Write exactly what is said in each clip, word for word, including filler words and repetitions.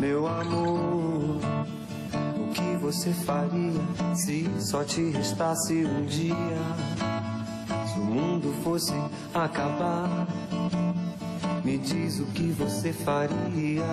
Meu amor, o que você faria se só te restasse um dia? Se o mundo fosse acabar, me diz o que você faria.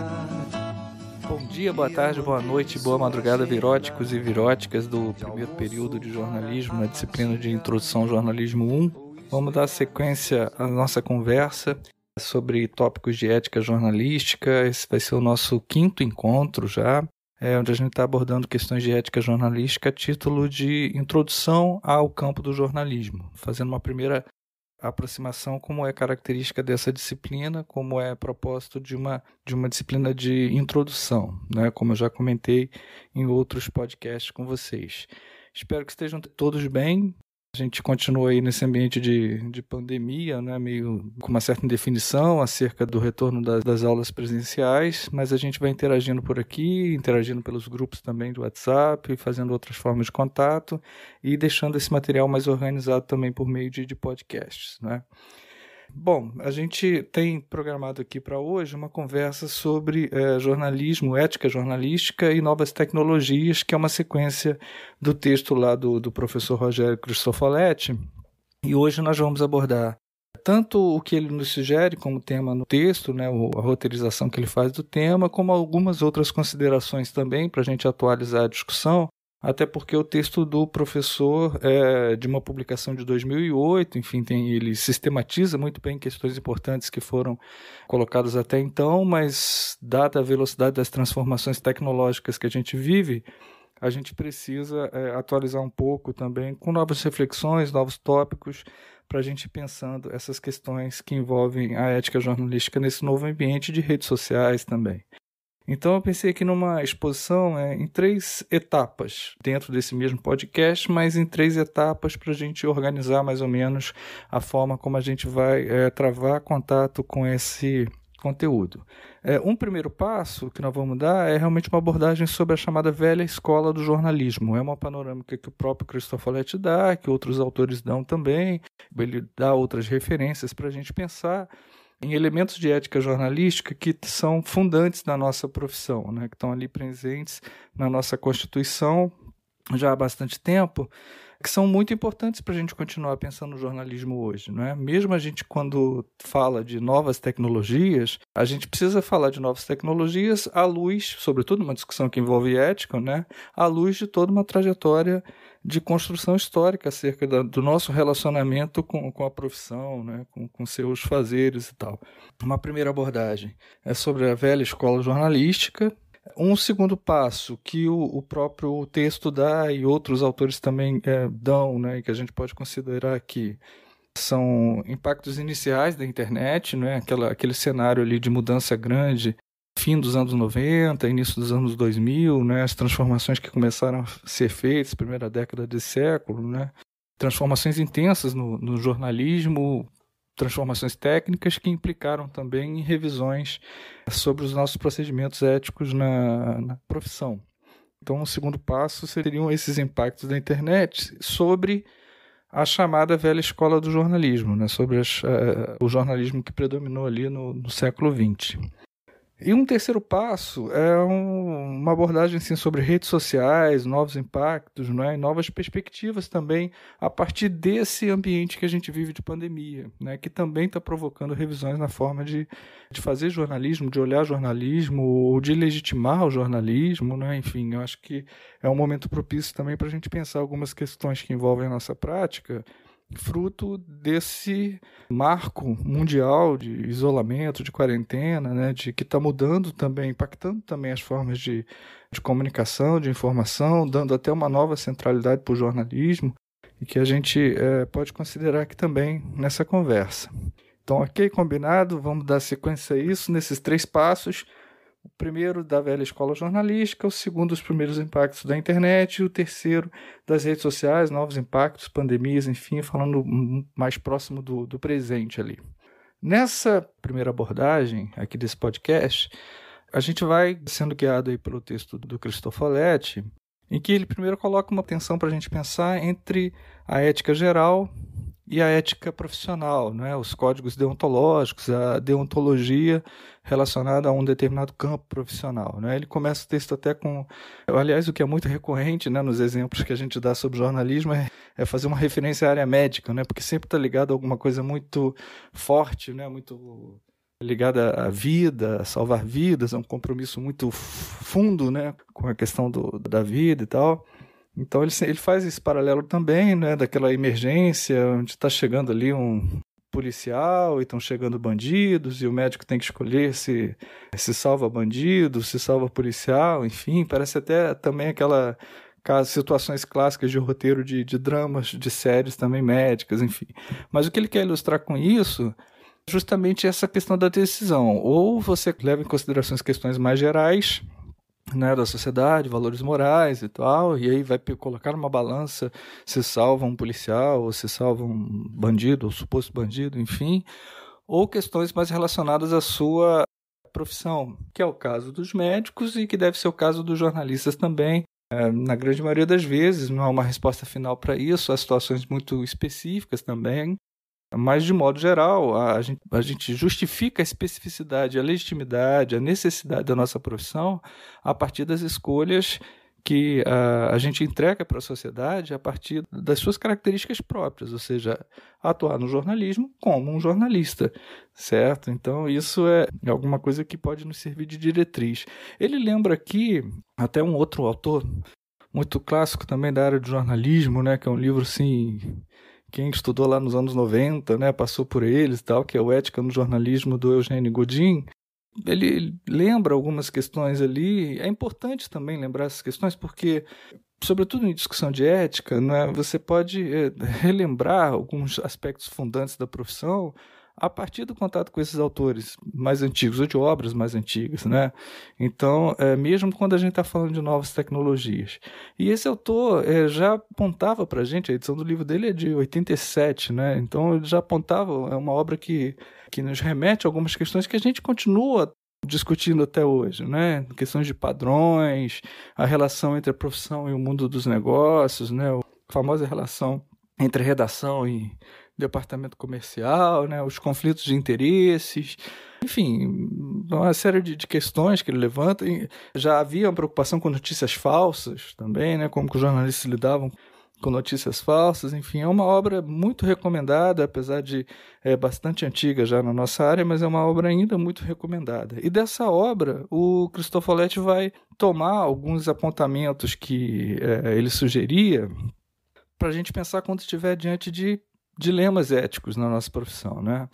Bom dia, boa tarde, boa noite, boa madrugada, viróticos e viróticas do primeiro período de jornalismo na disciplina de Introdução ao Jornalismo um. Vamos dar sequência à nossa conversa sobre tópicos de ética jornalística. Esse vai ser o nosso quinto encontro já, é, onde a gente está abordando questões de ética jornalística a título de introdução ao campo do jornalismo, fazendo uma primeira aproximação como é característica dessa disciplina, como é propósito de uma, de uma disciplina de introdução, né? Como eu já comentei em outros podcasts com vocês. Espero que estejam todos bem. A gente continua aí nesse ambiente de, de pandemia, né, meio com uma certa indefinição acerca do retorno das, das aulas presenciais, mas a gente vai interagindo por aqui, interagindo pelos grupos também do WhatsApp, fazendo outras formas de contato e deixando esse material mais organizado também por meio de, de podcasts, né? Bom, a gente tem programado aqui para hoje uma conversa sobre é, jornalismo, ética jornalística e novas tecnologias, que é uma sequência do texto lá do, do professor Rogério Cristofoletti. E hoje nós vamos abordar tanto o que ele nos sugere como tema no texto, né, a roteirização que ele faz do tema, como algumas outras considerações também para a gente atualizar a discussão. Até porque o texto do professor é de uma publicação de dois mil e oito, enfim, tem, ele sistematiza muito bem questões importantes que foram colocadas até então, mas dada a velocidade das transformações tecnológicas que a gente vive, a gente precisa é, atualizar um pouco também com novas reflexões, novos tópicos, para a gente ir pensando essas questões que envolvem a ética jornalística nesse novo ambiente de redes sociais também. Então eu pensei aqui numa exposição é, em três etapas, dentro desse mesmo podcast, mas em três etapas para a gente organizar mais ou menos a forma como a gente vai é, travar contato com esse conteúdo. É, um primeiro passo que nós vamos dar é realmente uma abordagem sobre a chamada velha escola do jornalismo. É uma panorâmica que o próprio Cristofoletti dá, que outros autores dão também, ele dá outras referências para a gente pensar em elementos de ética jornalística que são fundantes da nossa profissão, né, que estão ali presentes na nossa Constituição já há bastante tempo, que são muito importantes para a gente continuar pensando no jornalismo hoje, não é? Mesmo a gente, quando fala de novas tecnologias, a gente precisa falar de novas tecnologias à luz, sobretudo uma discussão que envolve ética, né? À luz de toda uma trajetória de construção histórica acerca da, do nosso relacionamento com, com a profissão, né? com, com seus fazeres e tal. Uma primeira abordagem é sobre a velha escola jornalística. Um segundo passo que o, o próprio texto dá e outros autores também é, dão, né, que a gente pode considerar aqui, são impactos iniciais da internet, né, aquela, aquele cenário ali de mudança grande, fim dos anos noventa, início dos anos dois mil, né, as transformações que começaram a ser feitas, primeira década desse século, né, transformações intensas no, no jornalismo, transformações técnicas que implicaram também em revisões sobre os nossos procedimentos éticos na, na profissão. Então, o segundo passo seriam esses impactos da internet sobre a chamada velha escola do jornalismo, né? Sobre as, uh, o jornalismo que predominou ali no, no século vinte. E um terceiro passo é um, uma abordagem assim, sobre redes sociais, novos impactos, não é? E novas perspectivas também a partir desse ambiente que a gente vive de pandemia, né? Que também está provocando revisões na forma de, de fazer jornalismo, de olhar jornalismo ou de legitimar o jornalismo, né? Enfim, eu acho que é um momento propício também para a gente pensar algumas questões que envolvem a nossa prática, fruto desse marco mundial de isolamento, de quarentena, né, de que está mudando também, impactando também as formas de, de comunicação, de informação, dando até uma nova centralidade para o jornalismo e que a gente é, pode considerar aqui também nessa conversa. Então, ok, combinado, vamos dar sequência a isso nesses três passos. O primeiro da velha escola jornalística, o segundo os primeiros impactos da internet e o terceiro das redes sociais, novos impactos, pandemias, enfim, falando mais próximo do, do presente ali. Nessa primeira abordagem aqui desse podcast, a gente vai sendo guiado aí pelo texto do Cristofoletti, em que ele primeiro coloca uma tensão para a gente pensar entre a ética geral e a ética profissional, né? Os códigos deontológicos, a deontologia relacionada a um determinado campo profissional, né? Ele começa o texto até com... Aliás, o que é muito recorrente, né, nos exemplos que a gente dá sobre jornalismo é, é fazer uma referência à área médica, né? Porque sempre está ligado a alguma coisa muito forte, né? Muito ligada à vida, a salvar vidas, é um compromisso muito fundo, né, com a questão do, da vida e tal. Então ele, ele faz esse paralelo também, né, daquela emergência, onde está chegando ali um policial e estão chegando bandidos e o médico tem que escolher se, se salva bandido, se salva policial, enfim, parece até também aquela... situações clássicas de roteiro de, de dramas, de séries também médicas, enfim. Mas o que ele quer ilustrar com isso é justamente essa questão da decisão. Ou você leva em consideração as questões mais gerais, né, da sociedade, valores morais e tal, e aí vai colocar numa balança se salva um policial, ou se salva um bandido, ou suposto bandido, enfim, ou questões mais relacionadas à sua profissão, que é o caso dos médicos e que deve ser o caso dos jornalistas também. É, na grande maioria das vezes, não há uma resposta final para isso, há situações muito específicas também, mas de modo geral, a gente, a gente justifica a especificidade, a legitimidade, a necessidade da nossa profissão a partir das escolhas que a, a gente entrega para a sociedade a partir das suas características próprias, ou seja, atuar no jornalismo como um jornalista, certo? Então isso é alguma coisa que pode nos servir de diretriz. Ele lembra aqui até um outro autor muito clássico também da área de jornalismo, né, que é um livro assim, quem estudou lá nos anos noventa, né, passou por eles e tal, que é o Ética no Jornalismo, do Eugênio Godin. Ele lembra algumas questões ali. É importante também lembrar essas questões porque, sobretudo em discussão de ética, né, você pode é, relembrar alguns aspectos fundantes da profissão a partir do contato com esses autores mais antigos, ou de obras mais antigas, né? Então, é, mesmo quando a gente está falando de novas tecnologias. E esse autor é, já apontava para a gente, a edição do livro dele é de oitenta e sete, né? Então ele já apontava, é uma obra que, que nos remete a algumas questões que a gente continua discutindo até hoje, né? Questões de padrões, a relação entre a profissão e o mundo dos negócios, né? A famosa relação entre redação e departamento comercial, né, os conflitos de interesses, enfim, uma série de, de questões que ele levanta. E já havia uma preocupação com notícias falsas também, né, como que os jornalistas lidavam com notícias falsas, enfim, é uma obra muito recomendada, apesar de é, bastante antiga já na nossa área, mas é uma obra ainda muito recomendada. E dessa obra, o Cristofoletti vai tomar alguns apontamentos que é, ele sugeria para a gente pensar quando estiver diante de dilemas éticos na nossa profissão, né?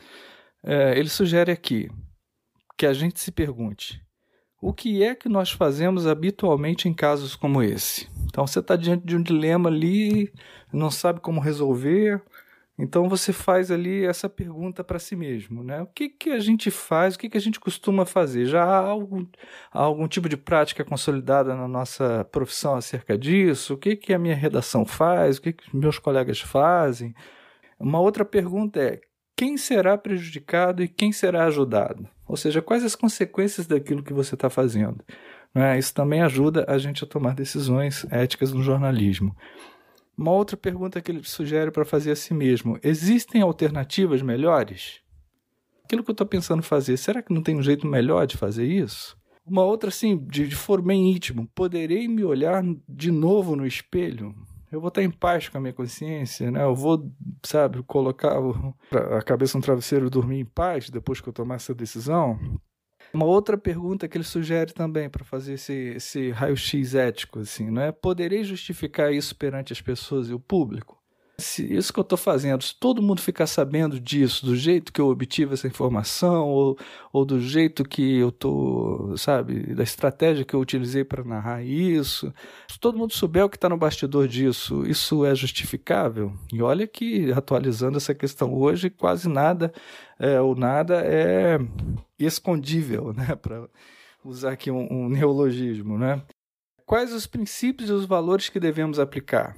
É, ele sugere aqui que a gente se pergunte: o que é que nós fazemos habitualmente em casos como esse? Então você está diante de um dilema ali, não sabe como resolver, então você faz ali essa pergunta para si mesmo, né? O que, que a gente faz, o que, que a gente costuma fazer? Já há algum, há algum tipo de prática consolidada na nossa profissão acerca disso? O que, que a minha redação faz? O que, que meus colegas fazem? Uma outra pergunta é: quem será prejudicado e quem será ajudado? Ou seja, quais as consequências daquilo que você está fazendo? Né? Isso também ajuda a gente a tomar decisões éticas no jornalismo. Uma outra pergunta que ele sugere para fazer a si mesmo: existem alternativas melhores? Aquilo que eu estou pensando fazer, será que não tem um jeito melhor de fazer isso? Uma outra, assim, de, de for bem íntimo: poderei me olhar de novo no espelho? Eu vou estar em paz com a minha consciência, né? Eu vou, sabe, colocar a cabeça no travesseiro e dormir em paz depois que eu tomar essa decisão? Uma outra pergunta que ele sugere também para fazer esse, esse raio-x ético, assim, né? Poderei justificar isso perante as pessoas e o público? Se isso que eu estou fazendo, se todo mundo ficar sabendo disso, do jeito que eu obtive essa informação, ou, ou do jeito que eu estou, sabe, da estratégia que eu utilizei para narrar isso, se todo mundo souber o que está no bastidor disso, isso é justificável? E olha que, atualizando essa questão hoje, quase nada, é, ou nada é escondível, né, para usar aqui um, um neologismo, né? Quais os princípios e os valores que devemos aplicar?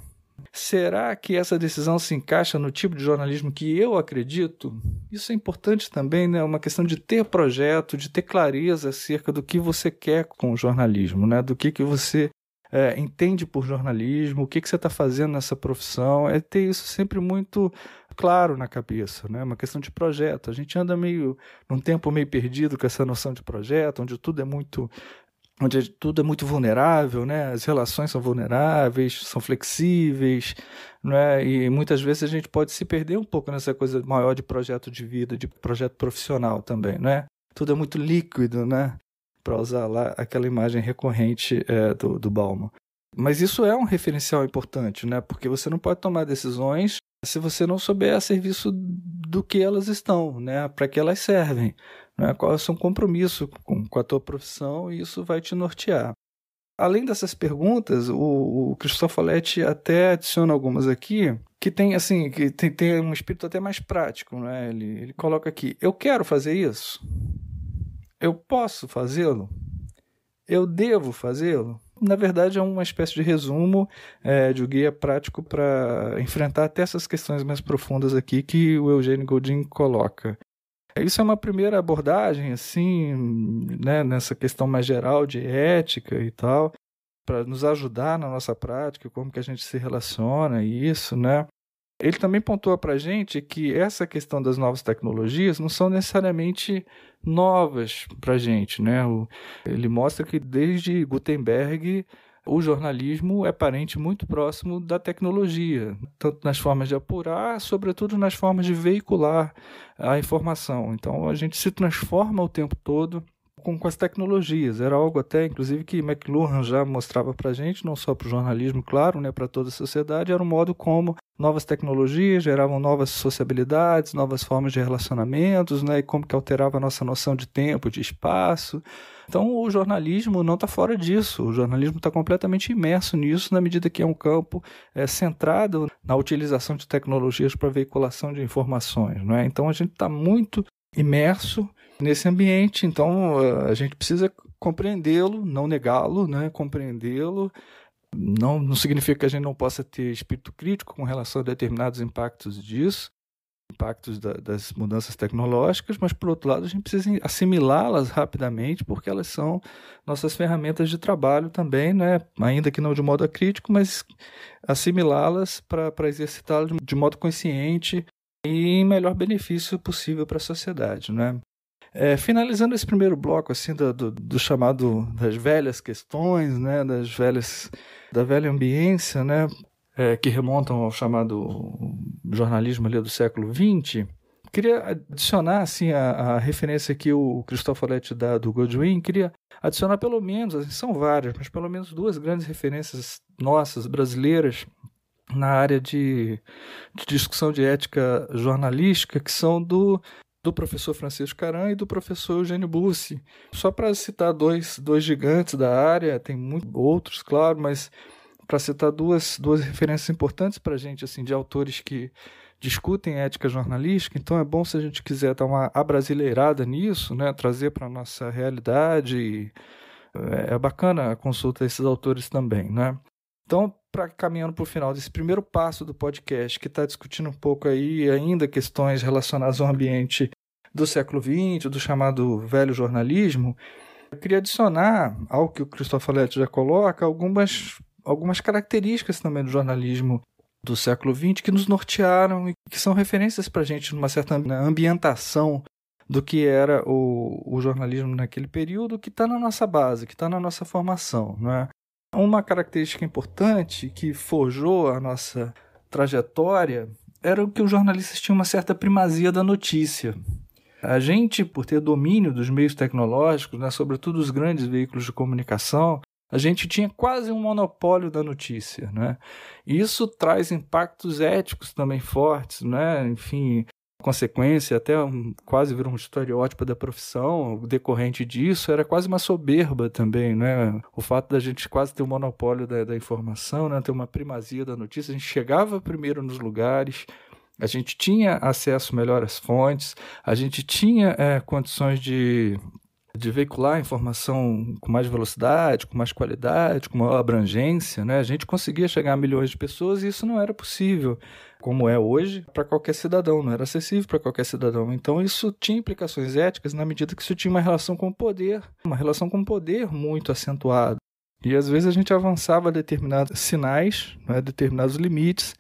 Será que essa decisão se encaixa no tipo de jornalismo que eu acredito? Isso é importante também, né? Uma questão de ter projeto, de ter clareza acerca do que você quer com o jornalismo, né? Do que, que você é, entende por jornalismo, o que, que você está fazendo nessa profissão. É ter isso sempre muito claro na cabeça, né? Uma questão de projeto. A gente anda meio num tempo meio perdido com essa noção de projeto, onde tudo é muito onde tudo é muito vulnerável, né? As relações são vulneráveis, são flexíveis, né? E muitas vezes a gente pode se perder um pouco nessa coisa maior de projeto de vida, de projeto profissional também, né? Tudo é muito líquido, né? Para usar lá aquela imagem recorrente é, do, do Bauman. Mas isso é um referencial importante, né? Porque você não pode tomar decisões se você não souber a serviço do que elas estão, né? Para que elas servem. Né? Qual é o seu compromisso com, com a tua profissão, e isso vai te nortear. Além dessas perguntas, o, o Christophe Follett até adiciona algumas aqui que tem, assim, que tem, tem um espírito até mais prático. Né? Ele, ele coloca aqui: eu quero fazer isso? Eu posso fazê-lo? Eu devo fazê-lo? Na verdade, é uma espécie de resumo é, de um guia prático para enfrentar até essas questões mais profundas aqui que o Eugênio Gaudin coloca. Isso é uma primeira abordagem, assim, né, nessa questão mais geral de ética e tal, para nos ajudar na nossa prática, como que a gente se relaciona e isso, né? Ele também pontua para a gente que essa questão das novas tecnologias não são necessariamente novas para a gente, né? Ele mostra que desde Gutenberg o jornalismo é parente muito próximo da tecnologia, tanto nas formas de apurar, sobretudo nas formas de veicular a informação. Então, a gente se transforma o tempo todo com, com as tecnologias. Era algo até, inclusive, que McLuhan já mostrava para a gente, não só para o jornalismo, claro, né, para toda a sociedade, era um modo como novas tecnologias geravam novas sociabilidades, novas formas de relacionamentos, né, e como que alterava a nossa noção de tempo, de espaço. Então, o jornalismo não está fora disso. O jornalismo está completamente imerso nisso, na medida que é um campo é, centrado na utilização de tecnologias para veiculação de informações. Não é? Então, a gente está muito imerso nesse ambiente. Então, a gente precisa compreendê-lo, não negá-lo, né? Compreendê-lo. Não, não significa que a gente não possa ter espírito crítico com relação a determinados impactos disso, impactos da, das mudanças tecnológicas, mas, por outro lado, a gente precisa assimilá-las rapidamente, porque elas são nossas ferramentas de trabalho também, né? Ainda que não de modo crítico, mas assimilá-las para exercitá-las de, de modo consciente e em melhor benefício possível para a sociedade, né? É, finalizando esse primeiro bloco assim, do, do, do chamado das velhas questões, né? das velhas, da velha ambiência, né? É, que remontam ao chamado jornalismo ali do século vinte, queria adicionar assim, a, a referência que o Christophe Follett dá do Godwin, queria adicionar pelo menos, assim, são várias, mas pelo menos duas grandes referências nossas, brasileiras, na área de, de discussão de ética jornalística, que são do, do professor Francisco Caran e do professor Eugênio Bussi. Só para citar dois, dois gigantes da área, tem muitos outros, claro, mas para citar duas, duas referências importantes para a gente, assim, de autores que discutem ética jornalística. Então é bom, se a gente quiser dar uma abrasileirada nisso, né, trazer para a nossa realidade. E é bacana a consulta desses autores também, né? Então, para caminhando para o final desse primeiro passo do podcast, que está discutindo um pouco aí ainda questões relacionadas ao ambiente do século vinte, do chamado velho jornalismo, eu queria adicionar ao que o Christophe Follett já coloca, algumas algumas características também do jornalismo do século vinte que nos nortearam e que são referências para a gente numa certa ambientação do que era o, o jornalismo naquele período, que está na nossa base, que está na nossa formação, não é? Uma característica importante que forjou a nossa trajetória era que os jornalistas tinham uma certa primazia da notícia. A gente, por ter domínio dos meios tecnológicos, né, sobretudo os grandes veículos de comunicação, a gente tinha quase um monopólio da notícia, né? E isso traz impactos éticos também fortes, né? Enfim, consequência, até um, quase virou um estereótipo da profissão, o decorrente disso era quase uma soberba também, né? O fato da gente quase ter um monopólio da, da informação, né? Ter uma primazia da notícia, a gente chegava primeiro nos lugares, a gente tinha acesso melhor às fontes, a gente tinha é, condições de... de veicular a informação com mais velocidade, com mais qualidade, com maior abrangência, né? A gente conseguia chegar a milhões de pessoas e isso não era possível, como é hoje, para qualquer cidadão, não era acessível para qualquer cidadão. Então isso tinha implicações éticas na medida que isso tinha uma relação com o poder, uma relação com o poder muito acentuada. E às vezes a gente avançava a determinados sinais, né? Determinados limites,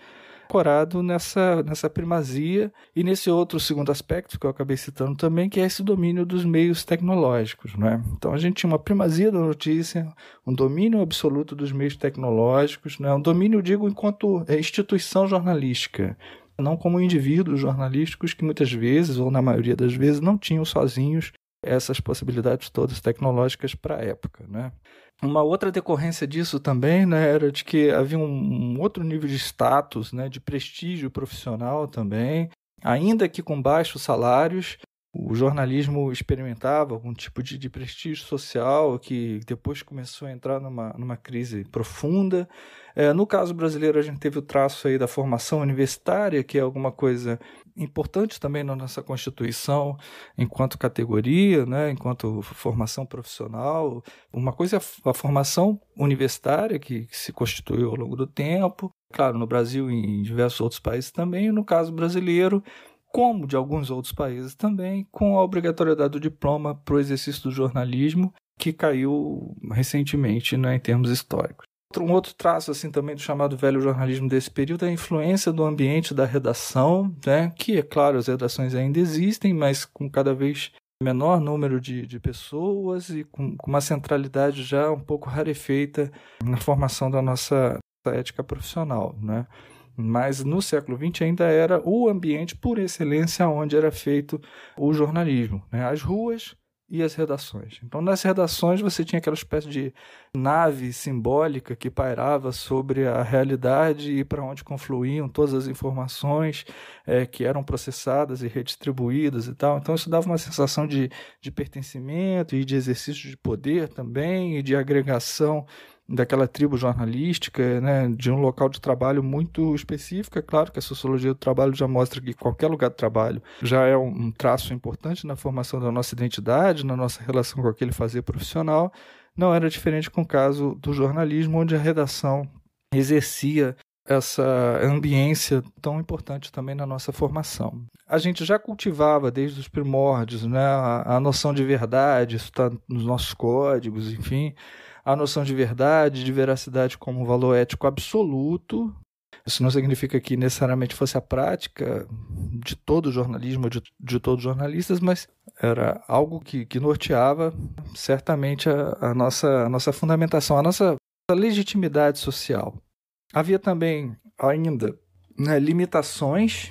corado nessa, nessa primazia e nesse outro segundo aspecto que eu acabei citando também, que é esse domínio dos meios tecnológicos, né? Então a gente tinha uma primazia da notícia, um domínio absoluto dos meios tecnológicos, né? Um domínio, digo, enquanto instituição jornalística, não como indivíduos jornalísticos que muitas vezes, ou na maioria das vezes, não tinham sozinhos essas possibilidades todas tecnológicas para a época, né? Uma outra decorrência disso também, né, era de que havia um, um outro nível de status, né, de prestígio profissional também, ainda que com baixos salários. O jornalismo experimentava algum tipo de, de prestígio social que depois começou a entrar numa, numa crise profunda. É, no caso brasileiro, a gente teve o traço aí da formação universitária, que é alguma coisa importante também na nossa Constituição, enquanto categoria, né, enquanto formação profissional. Uma coisa é a formação universitária, que, que se constituiu ao longo do tempo, claro, no Brasil e em diversos outros países também, e no caso brasileiro, como de alguns outros países também, com a obrigatoriedade do diploma para o exercício do jornalismo, que caiu recentemente, né, em termos históricos. Um outro traço assim, também do chamado velho jornalismo desse período é a influência do ambiente da redação, né, que, é claro, as redações ainda existem, mas com cada vez menor número de, de pessoas e com, com uma centralidade já um pouco rarefeita na formação da nossa ética profissional, né? Mas no século vinte ainda era o ambiente por excelência onde era feito o jornalismo, né? As ruas e as redações. Então, nas redações você tinha aquela espécie de nave simbólica que pairava sobre a realidade e para onde confluíam todas as informações é, que eram processadas e redistribuídas e tal. Então, isso dava uma sensação de, de pertencimento e de exercício de poder também e de agregação daquela tribo jornalística, né, de um local de trabalho muito específico. É claro que a sociologia do trabalho já mostra que qualquer lugar de trabalho já é um traço importante na formação da nossa identidade, na nossa relação com aquele fazer profissional. Não era diferente com o caso do jornalismo, onde a redação exercia essa ambiência tão importante também na nossa formação. A gente já cultivava desde os primórdios, né, a, a noção de verdade, isso está nos nossos códigos, enfim, a noção de verdade, de veracidade como um valor ético absoluto. Isso não significa que necessariamente fosse a prática de todo o jornalismo, de, de todos os jornalistas, mas era algo que, que norteava certamente a, a, nossa, a nossa fundamentação, a nossa legitimidade social. Havia também ainda, né, limitações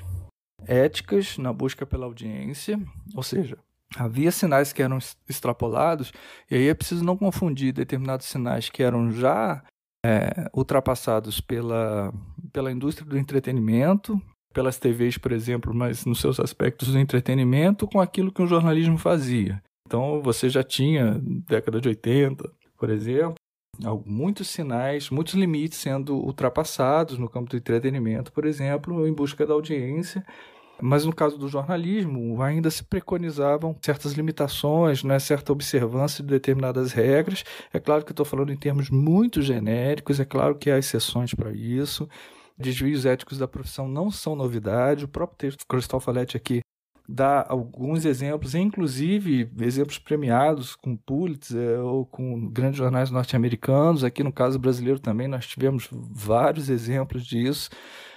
éticas na busca pela audiência, ou seja, havia sinais que eram extrapolados, e aí é preciso não confundir determinados sinais que eram já é, ultrapassados pela, pela indústria do entretenimento, pelas T Vs, por exemplo, mas nos seus aspectos do entretenimento, com aquilo que o jornalismo fazia. Então você já tinha, década de oitenta, por exemplo, muitos sinais, muitos limites sendo ultrapassados no campo do entretenimento, por exemplo, em busca da audiência. Mas no caso do jornalismo, ainda se preconizavam certas limitações, né, certa observância de determinadas regras. É claro que eu estou falando em termos muito genéricos, é claro que há exceções para isso. Desvios éticos da profissão não são novidade. O próprio texto do Cristóvão Faletti aqui dá alguns exemplos, inclusive exemplos premiados com Pulitzer ou com grandes jornais norte-americanos. Aqui no caso brasileiro também nós tivemos vários exemplos disso.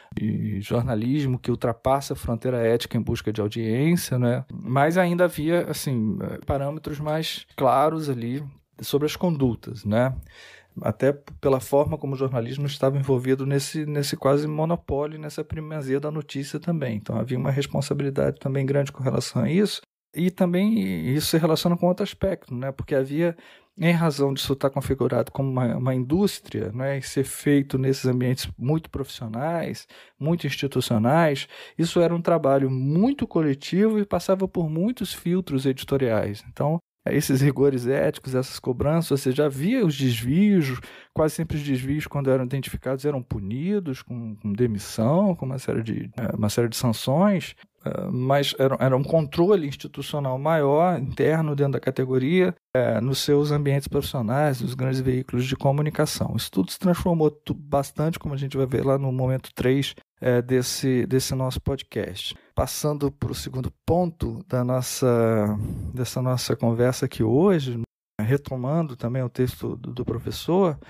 E jornalismo que ultrapassa a fronteira ética em busca de audiência, né? Mas ainda havia assim, parâmetros mais claros ali sobre as condutas, né? Até pela forma como o jornalismo estava envolvido nesse, nesse quase monopólio, nessa primazia da notícia também. Então havia uma responsabilidade também grande com relação a isso. E também isso se relaciona com outro aspecto, né? Porque havia, em razão disso estar configurado como uma, uma indústria, né? E ser feito nesses ambientes muito profissionais, muito institucionais, isso era um trabalho muito coletivo e passava por muitos filtros editoriais. Então, esses rigores éticos, essas cobranças, você já via os desvios, quase sempre os desvios, quando eram identificados, eram punidos com, com demissão, com uma série de, uma série de sanções, mas era, era um controle institucional maior, interno, dentro da categoria, é, nos seus ambientes profissionais, nos grandes veículos de comunicação. Isso tudo se transformou bastante, como a gente vai ver lá no momento três é, desse, desse nosso podcast. Passando para o segundo ponto da nossa, dessa nossa conversa aqui hoje, retomando também o texto do, do professor,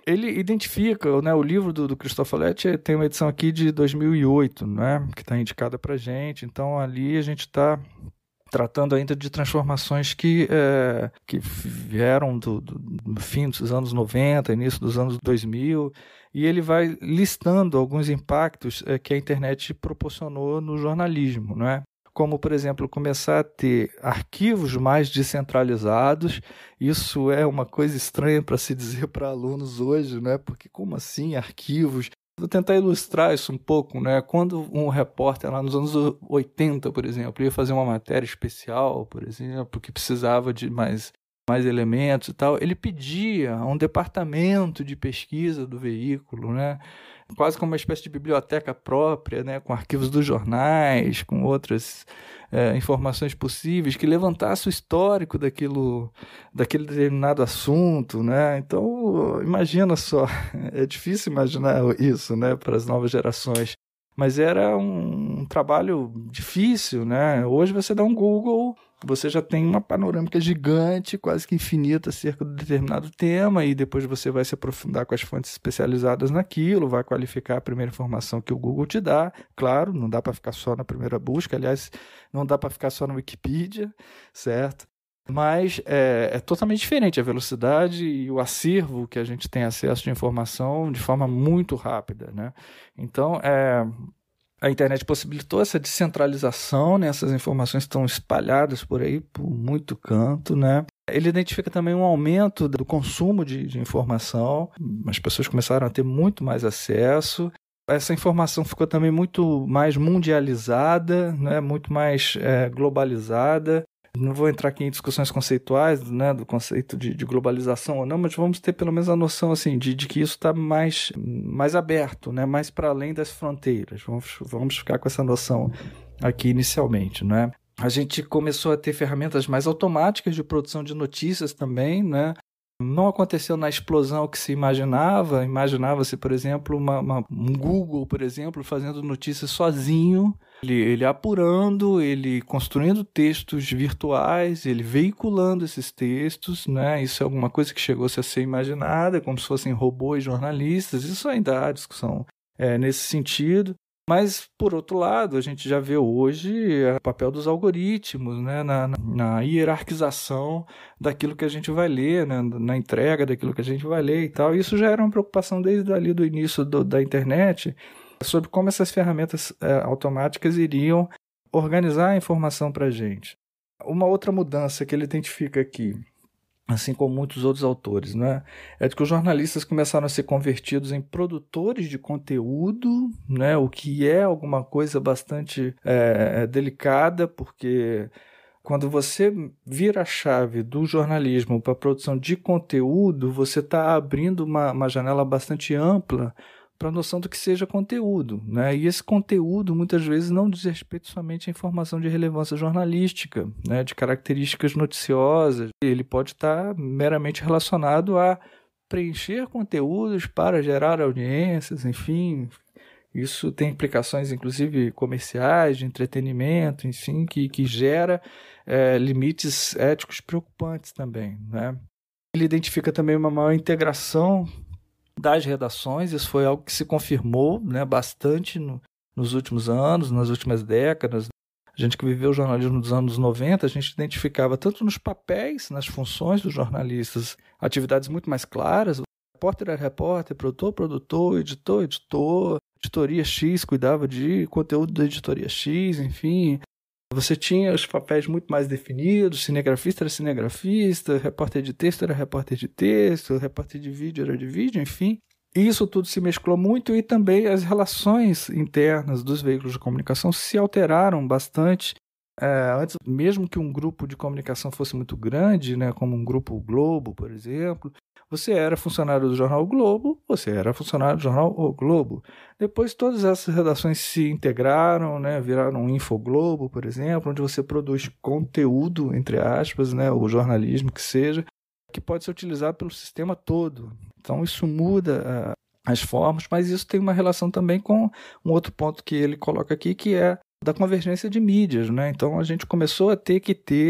Ele identifica, né, o livro do, do Christophe Follett tem uma edição aqui de dois mil e oito, né, que está indicada para a gente, então ali a gente está tratando ainda de transformações que, é, que vieram do, do, do fim dos anos noventa, início dos anos dois mil, e ele vai listando alguns impactos é, que a internet proporcionou no jornalismo, né? Como, por exemplo, começar a ter arquivos mais descentralizados. Isso é uma coisa estranha para se dizer para alunos hoje, né? Porque como assim arquivos? Vou tentar ilustrar isso um pouco, né? Quando um repórter lá nos anos oitenta, por exemplo, ia fazer uma matéria especial, por exemplo, que precisava de mais, mais elementos e tal, ele pedia a um departamento de pesquisa do veículo, né? Quase como uma espécie de biblioteca própria, né? Com arquivos dos jornais, com outras é, informações possíveis, que levantasse o histórico daquilo, daquele determinado assunto, né? Então, imagina só, é difícil imaginar isso, né, para as novas gerações, mas era um, um trabalho difícil, né? Hoje você dá um Google, você já tem uma panorâmica gigante, quase que infinita, acerca de determinado tema, e depois você vai se aprofundar com as fontes especializadas naquilo, vai qualificar a primeira informação que o Google te dá. Claro, não dá para ficar só na primeira busca, aliás, não dá para ficar só na Wikipedia, certo? Mas é, é totalmente diferente a velocidade e o acervo que a gente tem acesso de informação de forma muito rápida, né? Então, é... a internet possibilitou essa descentralização, né? Essas informações estão espalhadas por aí, por muito canto, né? Ele identifica também um aumento do consumo de, de informação, as pessoas começaram a ter muito mais acesso, essa informação ficou também muito mais mundializada, né? Muito mais é, globalizada. Não vou entrar aqui em discussões conceituais, né, do conceito de, de globalização ou não, mas vamos ter pelo menos a noção assim, de, de que isso está mais, mais aberto, né, mais para além das fronteiras. Vamos, vamos ficar com essa noção aqui inicialmente, né? A gente começou a ter ferramentas mais automáticas de produção de notícias também, né? Não aconteceu na explosão que se imaginava. Imaginava-se, por exemplo, uma, uma, um Google, por exemplo, fazendo notícias sozinho, ele, ele apurando, ele construindo textos virtuais, ele veiculando esses textos, né? Isso é alguma coisa que chegou-se a ser imaginada, como se fossem robôs jornalistas. Isso ainda há discussão é, nesse sentido. Mas, por outro lado, a gente já vê hoje o papel dos algoritmos, né, na, na hierarquização daquilo que a gente vai ler, né, na entrega daquilo que a gente vai ler e tal. Isso já era uma preocupação desde ali do início do, da internet, sobre como essas ferramentas é, automáticas iriam organizar a informação para a gente. Uma outra mudança que ele identifica aqui, assim como muitos outros autores, né, é de que os jornalistas começaram a ser convertidos em produtores de conteúdo, né, o que é alguma coisa bastante é, delicada, porque quando você vira a chave do jornalismo para a produção de conteúdo, você está abrindo uma, uma janela bastante ampla para a noção do que seja conteúdo, né? E esse conteúdo muitas vezes não diz respeito somente à informação de relevância jornalística, né? De características noticiosas. Ele pode estar meramente relacionado a preencher conteúdos para gerar audiências, enfim. Isso tem implicações, inclusive, comerciais, de entretenimento, enfim, que, que gera é, limites éticos preocupantes também, né? Ele identifica também uma maior integração das redações. Isso foi algo que se confirmou, né, bastante no, nos últimos anos, nas últimas décadas. A gente que viveu o jornalismo dos anos noventa, a gente identificava tanto nos papéis, nas funções dos jornalistas, atividades muito mais claras. O repórter era repórter, produtor, produtor, editor, editor, editoria X cuidava de conteúdo da editoria X, enfim. Você tinha os papéis muito mais definidos, cinegrafista era cinegrafista, repórter de texto era repórter de texto, repórter de vídeo era de vídeo, enfim. Isso tudo se mesclou muito e também as relações internas dos veículos de comunicação se alteraram bastante. É, antes, mesmo que um grupo de comunicação fosse muito grande, né, como um grupo Globo, por exemplo, você era funcionário do jornal o Globo, você era funcionário do jornal O Globo. Depois todas essas redações se integraram, né, viraram um Infoglobo, por exemplo, onde você produz conteúdo, entre aspas, né, o jornalismo que seja, que pode ser utilizado pelo sistema todo. Então isso muda uh, as formas, mas isso tem uma relação também com um outro ponto que ele coloca aqui, que é da convergência de mídias, né? Então a gente começou a ter que ter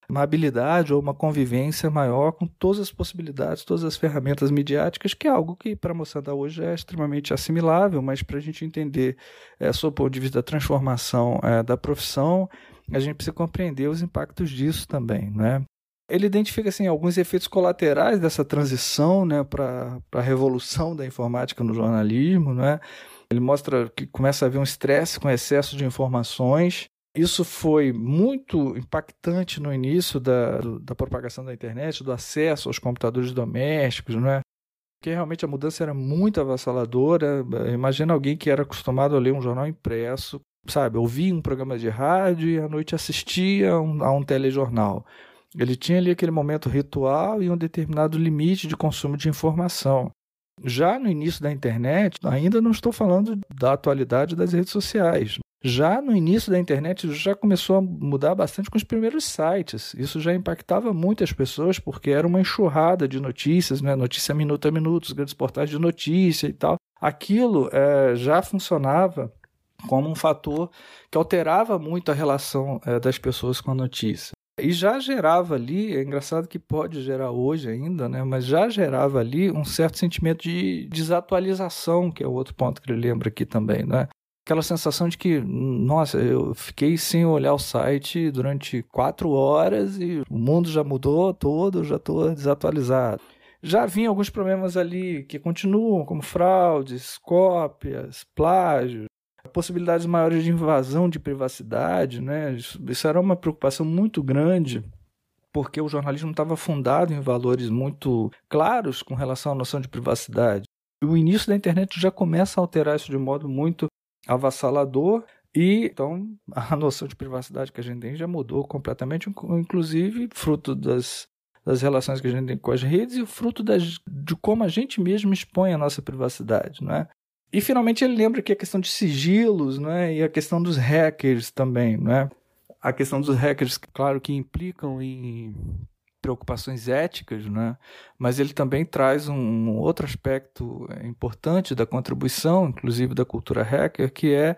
uma habilidade ou uma convivência maior com todas as possibilidades, todas as ferramentas midiáticas, que é algo que para a moçada hoje é extremamente assimilável, mas para a gente entender, é, sob o ponto de vista da transformação é, da profissão, a gente precisa compreender os impactos disso também, né? Ele identifica assim, alguns efeitos colaterais dessa transição, né, para a revolução da informática no jornalismo, né? Ele mostra que começa a haver um estresse com excesso de informações. Isso foi muito impactante no início da, do, da propagação da internet, do acesso aos computadores domésticos, né? Porque realmente a mudança era muito avassaladora. Imagina alguém que era acostumado a ler um jornal impresso, sabe? Ouvia um programa de rádio e à noite assistia um, a um telejornal. Ele tinha ali aquele momento ritual e um determinado limite de consumo de informação. Já no início da internet, ainda não estou falando da atualidade das redes sociais. Já no início da internet, já começou a mudar bastante com os primeiros sites. Isso já impactava muitas pessoas, porque era uma enxurrada de notícias, né? Notícia minuto a minuto, os grandes portais de notícia e tal. Aquilo é, já funcionava como um fator que alterava muito a relação é, das pessoas com a notícia. E já gerava ali, é engraçado que pode gerar hoje ainda, né? Mas já gerava ali um certo sentimento de desatualização, que é o outro ponto que ele lembra aqui também, né? Aquela sensação de que, nossa, eu fiquei sem olhar o site durante quatro horas e o mundo já mudou todo, eu já estou desatualizado. Já havia alguns problemas ali que continuam, como fraudes, cópias, plágio, possibilidades maiores de invasão de privacidade, né? Isso, isso era uma preocupação muito grande, porque o jornalismo estava fundado em valores muito claros com relação à noção de privacidade. O início da internet já começa a alterar isso de modo muito avassalador, e então a noção de privacidade que a gente tem já mudou completamente, inclusive fruto das, das relações que a gente tem com as redes e fruto das, de como a gente mesmo expõe a nossa privacidade, né? E finalmente ele lembra que a questão de sigilos, né, e a questão dos hackers também, né? A questão dos hackers, claro que implicam em preocupações éticas, né? Mas ele também traz um outro aspecto importante da contribuição, inclusive da cultura hacker, que é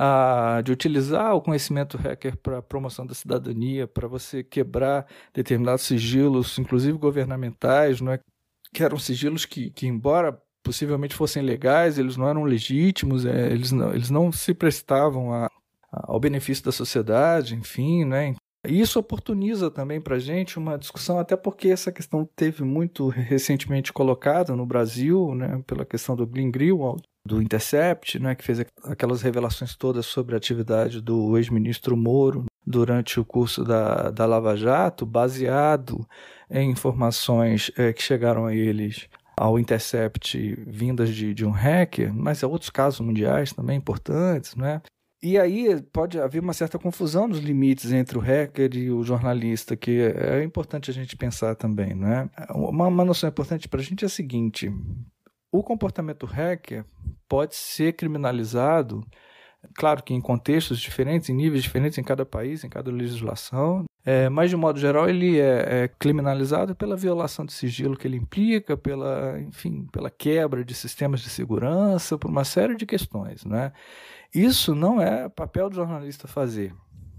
a de utilizar o conhecimento hacker para a promoção da cidadania, para você quebrar determinados sigilos, inclusive governamentais, né? Que eram sigilos que, que embora possivelmente fossem legais, eles não eram legítimos, é, eles, não, eles não se prestavam a, a, ao benefício da sociedade, enfim, né? E isso oportuniza também para a gente uma discussão, até porque essa questão teve muito recentemente colocada no Brasil, né, pela questão do Glenn Greenwald, do Intercept, né, que fez aquelas revelações todas sobre a atividade do ex-ministro Moro durante o curso da, da Lava Jato, baseado em informações é, que chegaram a eles ao Intercept vindas de, de um hacker, mas há outros casos mundiais também importantes, né? E aí pode haver uma certa confusão nos limites entre o hacker e o jornalista, que é importante a gente pensar também, né? Uma, uma noção importante para a gente é a seguinte: o comportamento hacker pode ser criminalizado, claro que em contextos diferentes, em níveis diferentes em cada país, em cada legislação, é, mas de modo geral ele é, é criminalizado pela violação de sigilo que ele implica, pela, enfim, pela quebra de sistemas de segurança, por uma série de questões, né? Isso não é papel do jornalista fazer,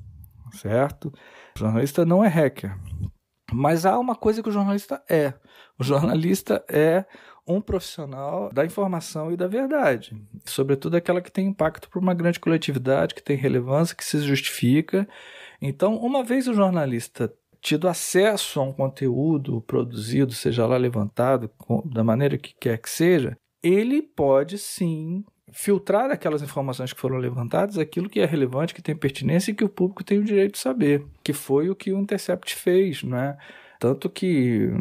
certo? O jornalista não é hacker. Mas há uma coisa que o jornalista é. O jornalista é um profissional da informação e da verdade. Sobretudo aquela que tem impacto para uma grande coletividade, que tem relevância, que se justifica. Então, uma vez o jornalista tido acesso a um conteúdo produzido, seja lá levantado, da maneira que quer que seja, ele pode sim filtrar aquelas informações que foram levantadas, aquilo que é relevante, que tem pertinência e que o público tem o direito de saber, que foi o que o Intercept fez, né? Tanto que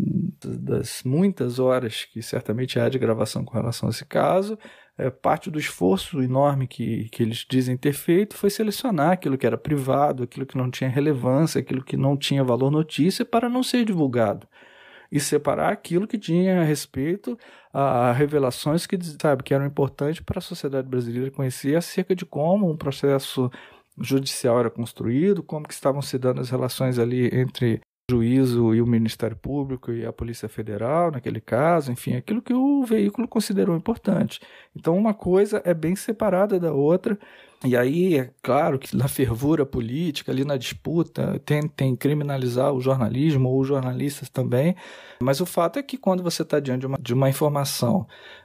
das muitas horas que certamente há de gravação com relação a esse caso, é, parte do esforço enorme que, que eles dizem ter feito foi selecionar aquilo que era privado, aquilo que não tinha relevância, aquilo que não tinha valor notícia para não ser divulgado. E separar aquilo que tinha a respeito a revelações que, sabe, que eram importantes para a sociedade brasileira conhecer acerca de como um processo judicial era construído, como que estavam se dando as relações ali entre o juízo e o Ministério Público e a Polícia Federal, naquele caso, enfim, aquilo que o veículo considerou importante. Então, uma coisa é bem separada da outra, E aí, é claro que na fervura política, ali na disputa, tentem criminalizar o jornalismo ou os jornalistas também, mas o fato é que quando você está diante de uma, de uma informação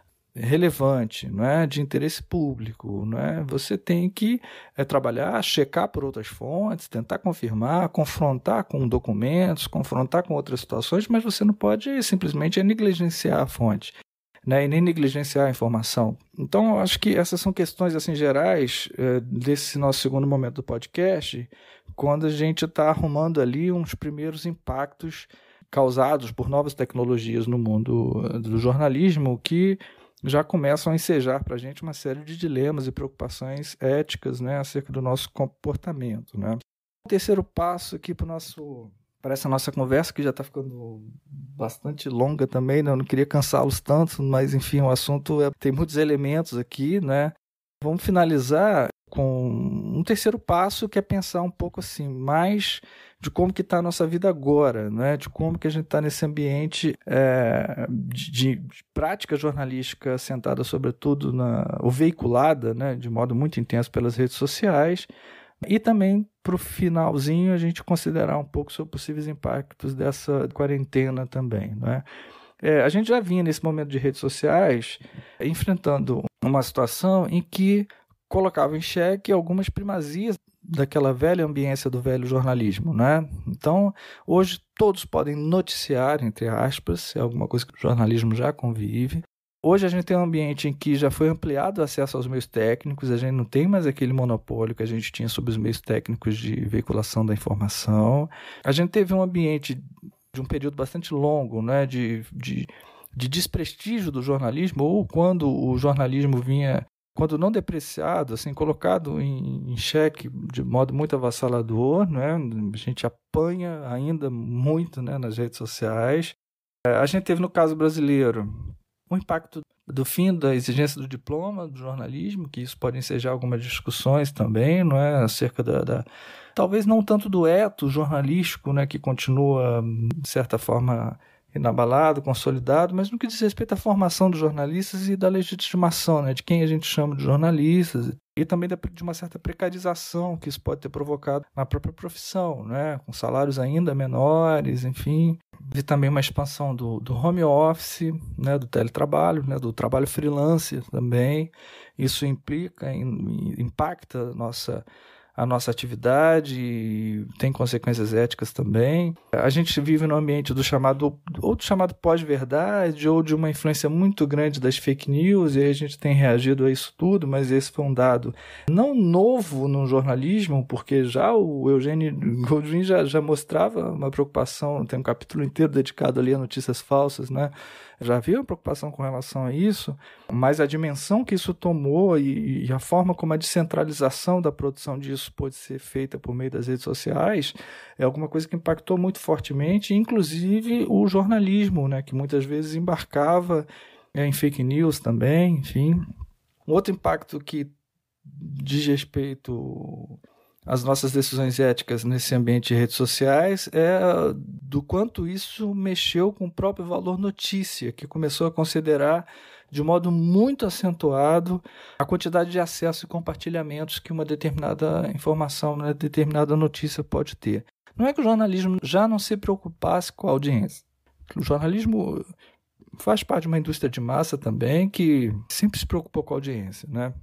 relevante, não é, de interesse público, não é, você tem que é, trabalhar, checar por outras fontes, tentar confirmar, confrontar com documentos, confrontar com outras situações, mas você não pode simplesmente negligenciar a fonte, né, e nem negligenciar a informação. Então, eu acho que essas são questões assim, gerais é, desse nosso segundo momento do podcast, quando a gente está arrumando ali uns primeiros impactos causados por novas tecnologias no mundo do jornalismo que já começam a ensejar para a gente uma série de dilemas e preocupações éticas, né, acerca do nosso comportamento, né. O terceiro passo aqui para nosso para essa nossa conversa, que já está ficando bastante longa também, né, eu não queria cansá-los tanto, mas enfim, o assunto é, tem muitos elementos aqui, né. Vamos finalizar com um terceiro passo, que é pensar um pouco assim, mais de como que está a nossa vida agora, né? De como que a gente está nesse ambiente é, de, de prática jornalística assentada sobretudo na, ou veiculada, né, de modo muito intenso pelas redes sociais, e também para o finalzinho a gente considerar um pouco sobre possíveis impactos dessa quarentena também, né? É, a gente já vinha nesse momento de redes sociais enfrentando uma situação em que colocava em xeque algumas primazias daquela velha ambiência do velho jornalismo, né? Então, hoje todos podem noticiar, entre aspas, é alguma coisa que o jornalismo já convive. Hoje a gente tem um ambiente em que já foi ampliado o acesso aos meios técnicos, a gente não tem mais aquele monopólio que a gente tinha sobre os meios técnicos de veiculação da informação. A gente teve um ambiente de um período bastante longo, né, de, de, de desprestígio do jornalismo, ou quando o jornalismo vinha, quando não depreciado, assim, colocado em, em xeque de modo muito avassalador, né? A gente apanha ainda muito, né, nas redes sociais. A gente teve, no caso brasileiro, o impacto do fim da exigência do diploma do jornalismo, que isso pode ensejar algumas discussões também, não é, acerca da, da talvez não tanto do eto jornalístico, né, que continua, de certa forma, inabalado, consolidado, mas no que diz respeito à formação dos jornalistas e da legitimação, né, de quem a gente chama de jornalistas, e também de uma certa precarização que isso pode ter provocado na própria profissão, né, com salários ainda menores, enfim, e também uma expansão do, do home office, né, do teletrabalho, né, do trabalho freelance também. Isso implica, impacta a nossa a nossa atividade e tem consequências éticas também. A gente vive num ambiente do chamado, ou do chamado pós-verdade, ou de uma influência muito grande das fake news, e aí a gente tem reagido a isso tudo, mas esse foi um dado não novo no jornalismo, porque já o Eugênio Goldwyn já, já mostrava uma preocupação, tem um capítulo inteiro dedicado ali a notícias falsas, né? Já havia uma preocupação com relação a isso, mas a dimensão que isso tomou e, e a forma como a descentralização da produção disso pode ser feita por meio das redes sociais é alguma coisa que impactou muito fortemente, inclusive o jornalismo, né, que muitas vezes embarcava é, em fake news também, enfim. Outro impacto que diz respeito às nossas decisões éticas nesse ambiente de redes sociais é do quanto isso mexeu com o próprio valor notícia, que começou a considerar de modo muito acentuado a quantidade de acesso e compartilhamentos que uma determinada informação, uma determinada notícia pode ter. Não é que o jornalismo já não se preocupasse com a audiência. O jornalismo faz parte de uma indústria de massa também que sempre se preocupou com a audiência, né?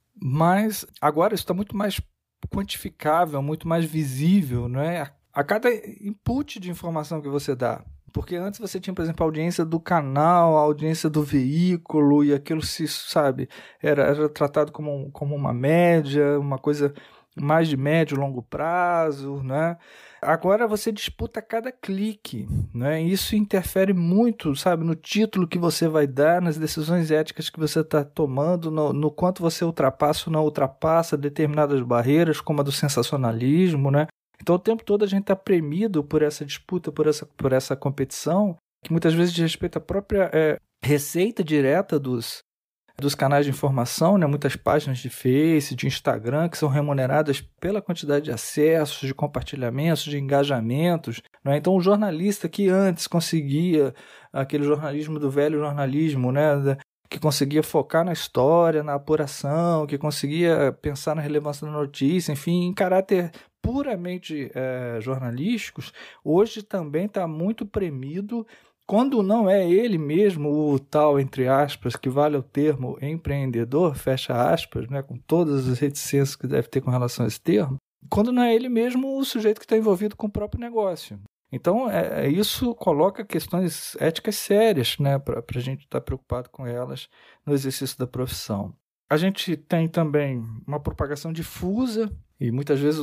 Mas agora isso está muito mais quantificável, muito mais visível, não é? A cada input de informação que você dá. Porque antes você tinha, por exemplo, a audiência do canal, a audiência do veículo, e aquilo se, sabe, era, era tratado como, como uma média, uma coisa mais de médio e longo prazo, né? Agora você disputa cada clique, né? Isso interfere muito, sabe, no título que você vai dar, nas decisões éticas que você está tomando, no, no quanto você ultrapassa ou não ultrapassa determinadas barreiras, como a do sensacionalismo, né? Então o tempo todo a gente está premido por essa disputa, por essa, por essa competição, que muitas vezes diz respeito à própria é, receita direta dos dos canais de informação, né? Muitas páginas de Face, de Instagram, que são remuneradas pela quantidade de acessos, de compartilhamentos, de engajamentos, né? Então o jornalista que antes conseguia aquele jornalismo do velho jornalismo, né? que conseguia focar na história, na apuração, que conseguia pensar na relevância da notícia, enfim, em caráter puramente é, jornalísticos, hoje também está muito premido, quando não é ele mesmo o tal, entre aspas, que vale o termo empreendedor, fecha aspas, né, com todas as reticências que deve ter com relação a esse termo, quando não é ele mesmo o sujeito que está envolvido com o próprio negócio. Então, é, isso coloca questões éticas sérias, né, para a gente estar tá preocupado com elas no exercício da profissão. A gente tem também uma propagação difusa e muitas vezes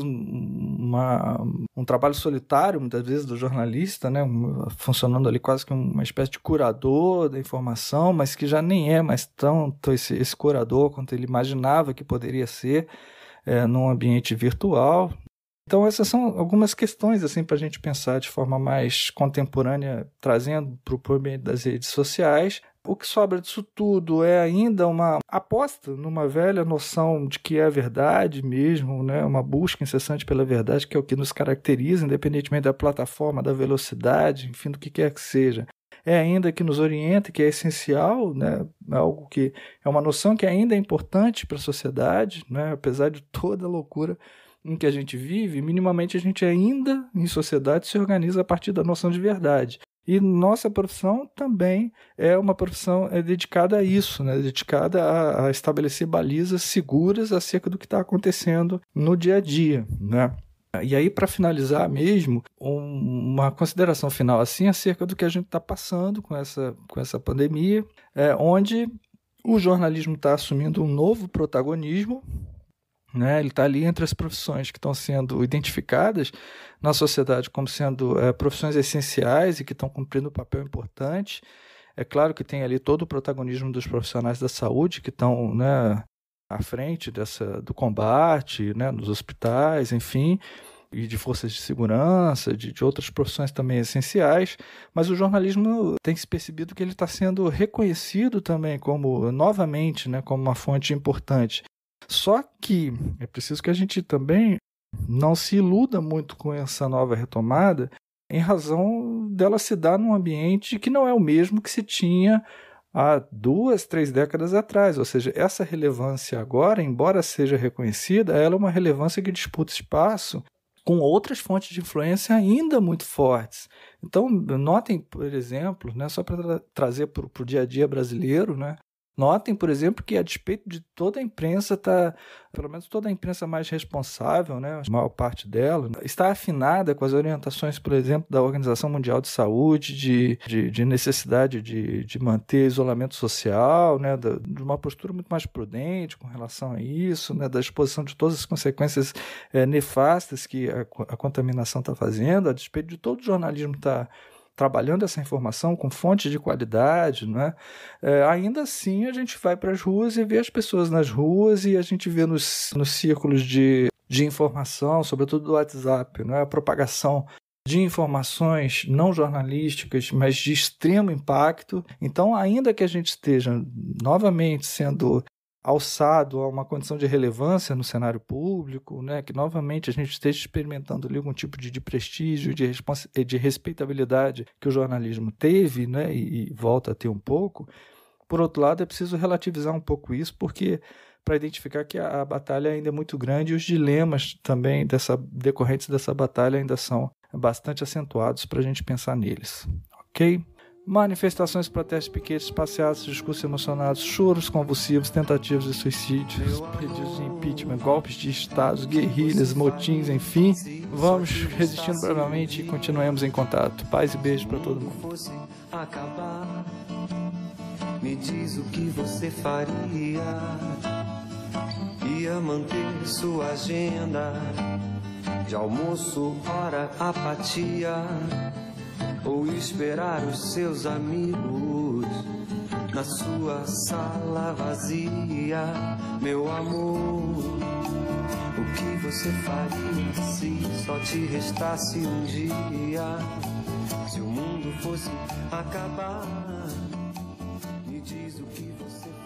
uma, um trabalho solitário, muitas vezes do jornalista, né, funcionando ali quase que uma espécie de curador da informação, mas que já nem é mais tanto esse, esse curador quanto ele imaginava que poderia ser é, num ambiente virtual. Então essas são algumas questões assim, para a gente pensar de forma mais contemporânea, trazendo para o meio das redes sociais. O que sobra disso tudo é ainda uma aposta numa velha noção de que é a verdade mesmo, né? Uma busca incessante pela verdade, que é o que nos caracteriza, independentemente da plataforma, da velocidade, enfim, do que quer que seja. É ainda que nos orienta, que é essencial, né? Algo que é uma noção que ainda é importante para a sociedade, né? Apesar de toda a loucura em que a gente vive, minimamente a gente ainda, em sociedade, se organiza a partir da noção de verdade. E nossa profissão também é uma profissão é dedicada a isso, né? Dedicada a, a estabelecer balizas seguras acerca do que está acontecendo no dia a dia, né? E aí, para finalizar mesmo, um, uma consideração final assim acerca do que a gente está passando com essa, com essa pandemia, é, onde o jornalismo está assumindo um novo protagonismo, né? Ele está ali entre as profissões que estão sendo identificadas na sociedade como sendo é, profissões essenciais e que estão cumprindo um papel importante. É claro que tem ali todo o protagonismo dos profissionais da saúde que estão, né, à frente dessa, do combate, né, nos hospitais, enfim, e de forças de segurança, de, de outras profissões também essenciais, mas o jornalismo tem se percebido que ele está sendo reconhecido também como, novamente, né, como uma fonte importante. Só que é preciso que a gente também não se iluda muito com essa nova retomada, em razão dela se dar num ambiente que não é o mesmo que se tinha há duas, três décadas atrás. Ou seja, essa relevância agora, embora seja reconhecida, ela é uma relevância que disputa espaço com outras fontes de influência ainda muito fortes. Então, notem, por exemplo, né, só para tra- trazer para o dia a dia brasileiro, né, notem, por exemplo, que a despeito de toda a imprensa, tá, pelo menos toda a imprensa mais responsável, né, a maior parte dela, está afinada com as orientações, por exemplo, da Organização Mundial de Saúde, de, de, de necessidade de, de manter isolamento social, né, da, de uma postura muito mais prudente com relação a isso, né, da exposição de todas as consequências é, nefastas que a, a contaminação está fazendo, a despeito de todo o jornalismo estar tá trabalhando essa informação com fontes de qualidade, né? É, ainda assim a gente vai para as ruas e vê as pessoas nas ruas e a gente vê nos, nos círculos de, de informação, sobretudo do WhatsApp, né? A propagação de informações não jornalísticas, mas de extremo impacto. Então, ainda que a gente esteja novamente sendo alçado a uma condição de relevância no cenário público, né, que novamente a gente esteja experimentando ali algum tipo de, de prestígio, de, responsa- de respeitabilidade que o jornalismo teve, né, e, e volta a ter um pouco. Por outro lado, é preciso relativizar um pouco isso, porque para identificar que a, a batalha ainda é muito grande e os dilemas também dessa, decorrentes dessa batalha ainda são bastante acentuados para a gente pensar neles. Ok? Manifestações, protestos, piquetes, passeatas, discursos emocionados, choros convulsivos, tentativas de suicídio, pedidos de impeachment, golpes de estados, guerrilhas, motins, enfim. Vamos resistindo bravamente e continuemos em contato. Paz e beijo para todo mundo. Me diz o que você faria. Ia manter sua agenda de almoço, hora, apatia, ou esperar os seus amigos na sua sala vazia, meu amor. O que você faria se só te restasse um dia? Se o mundo fosse acabar, me diz o que você faria.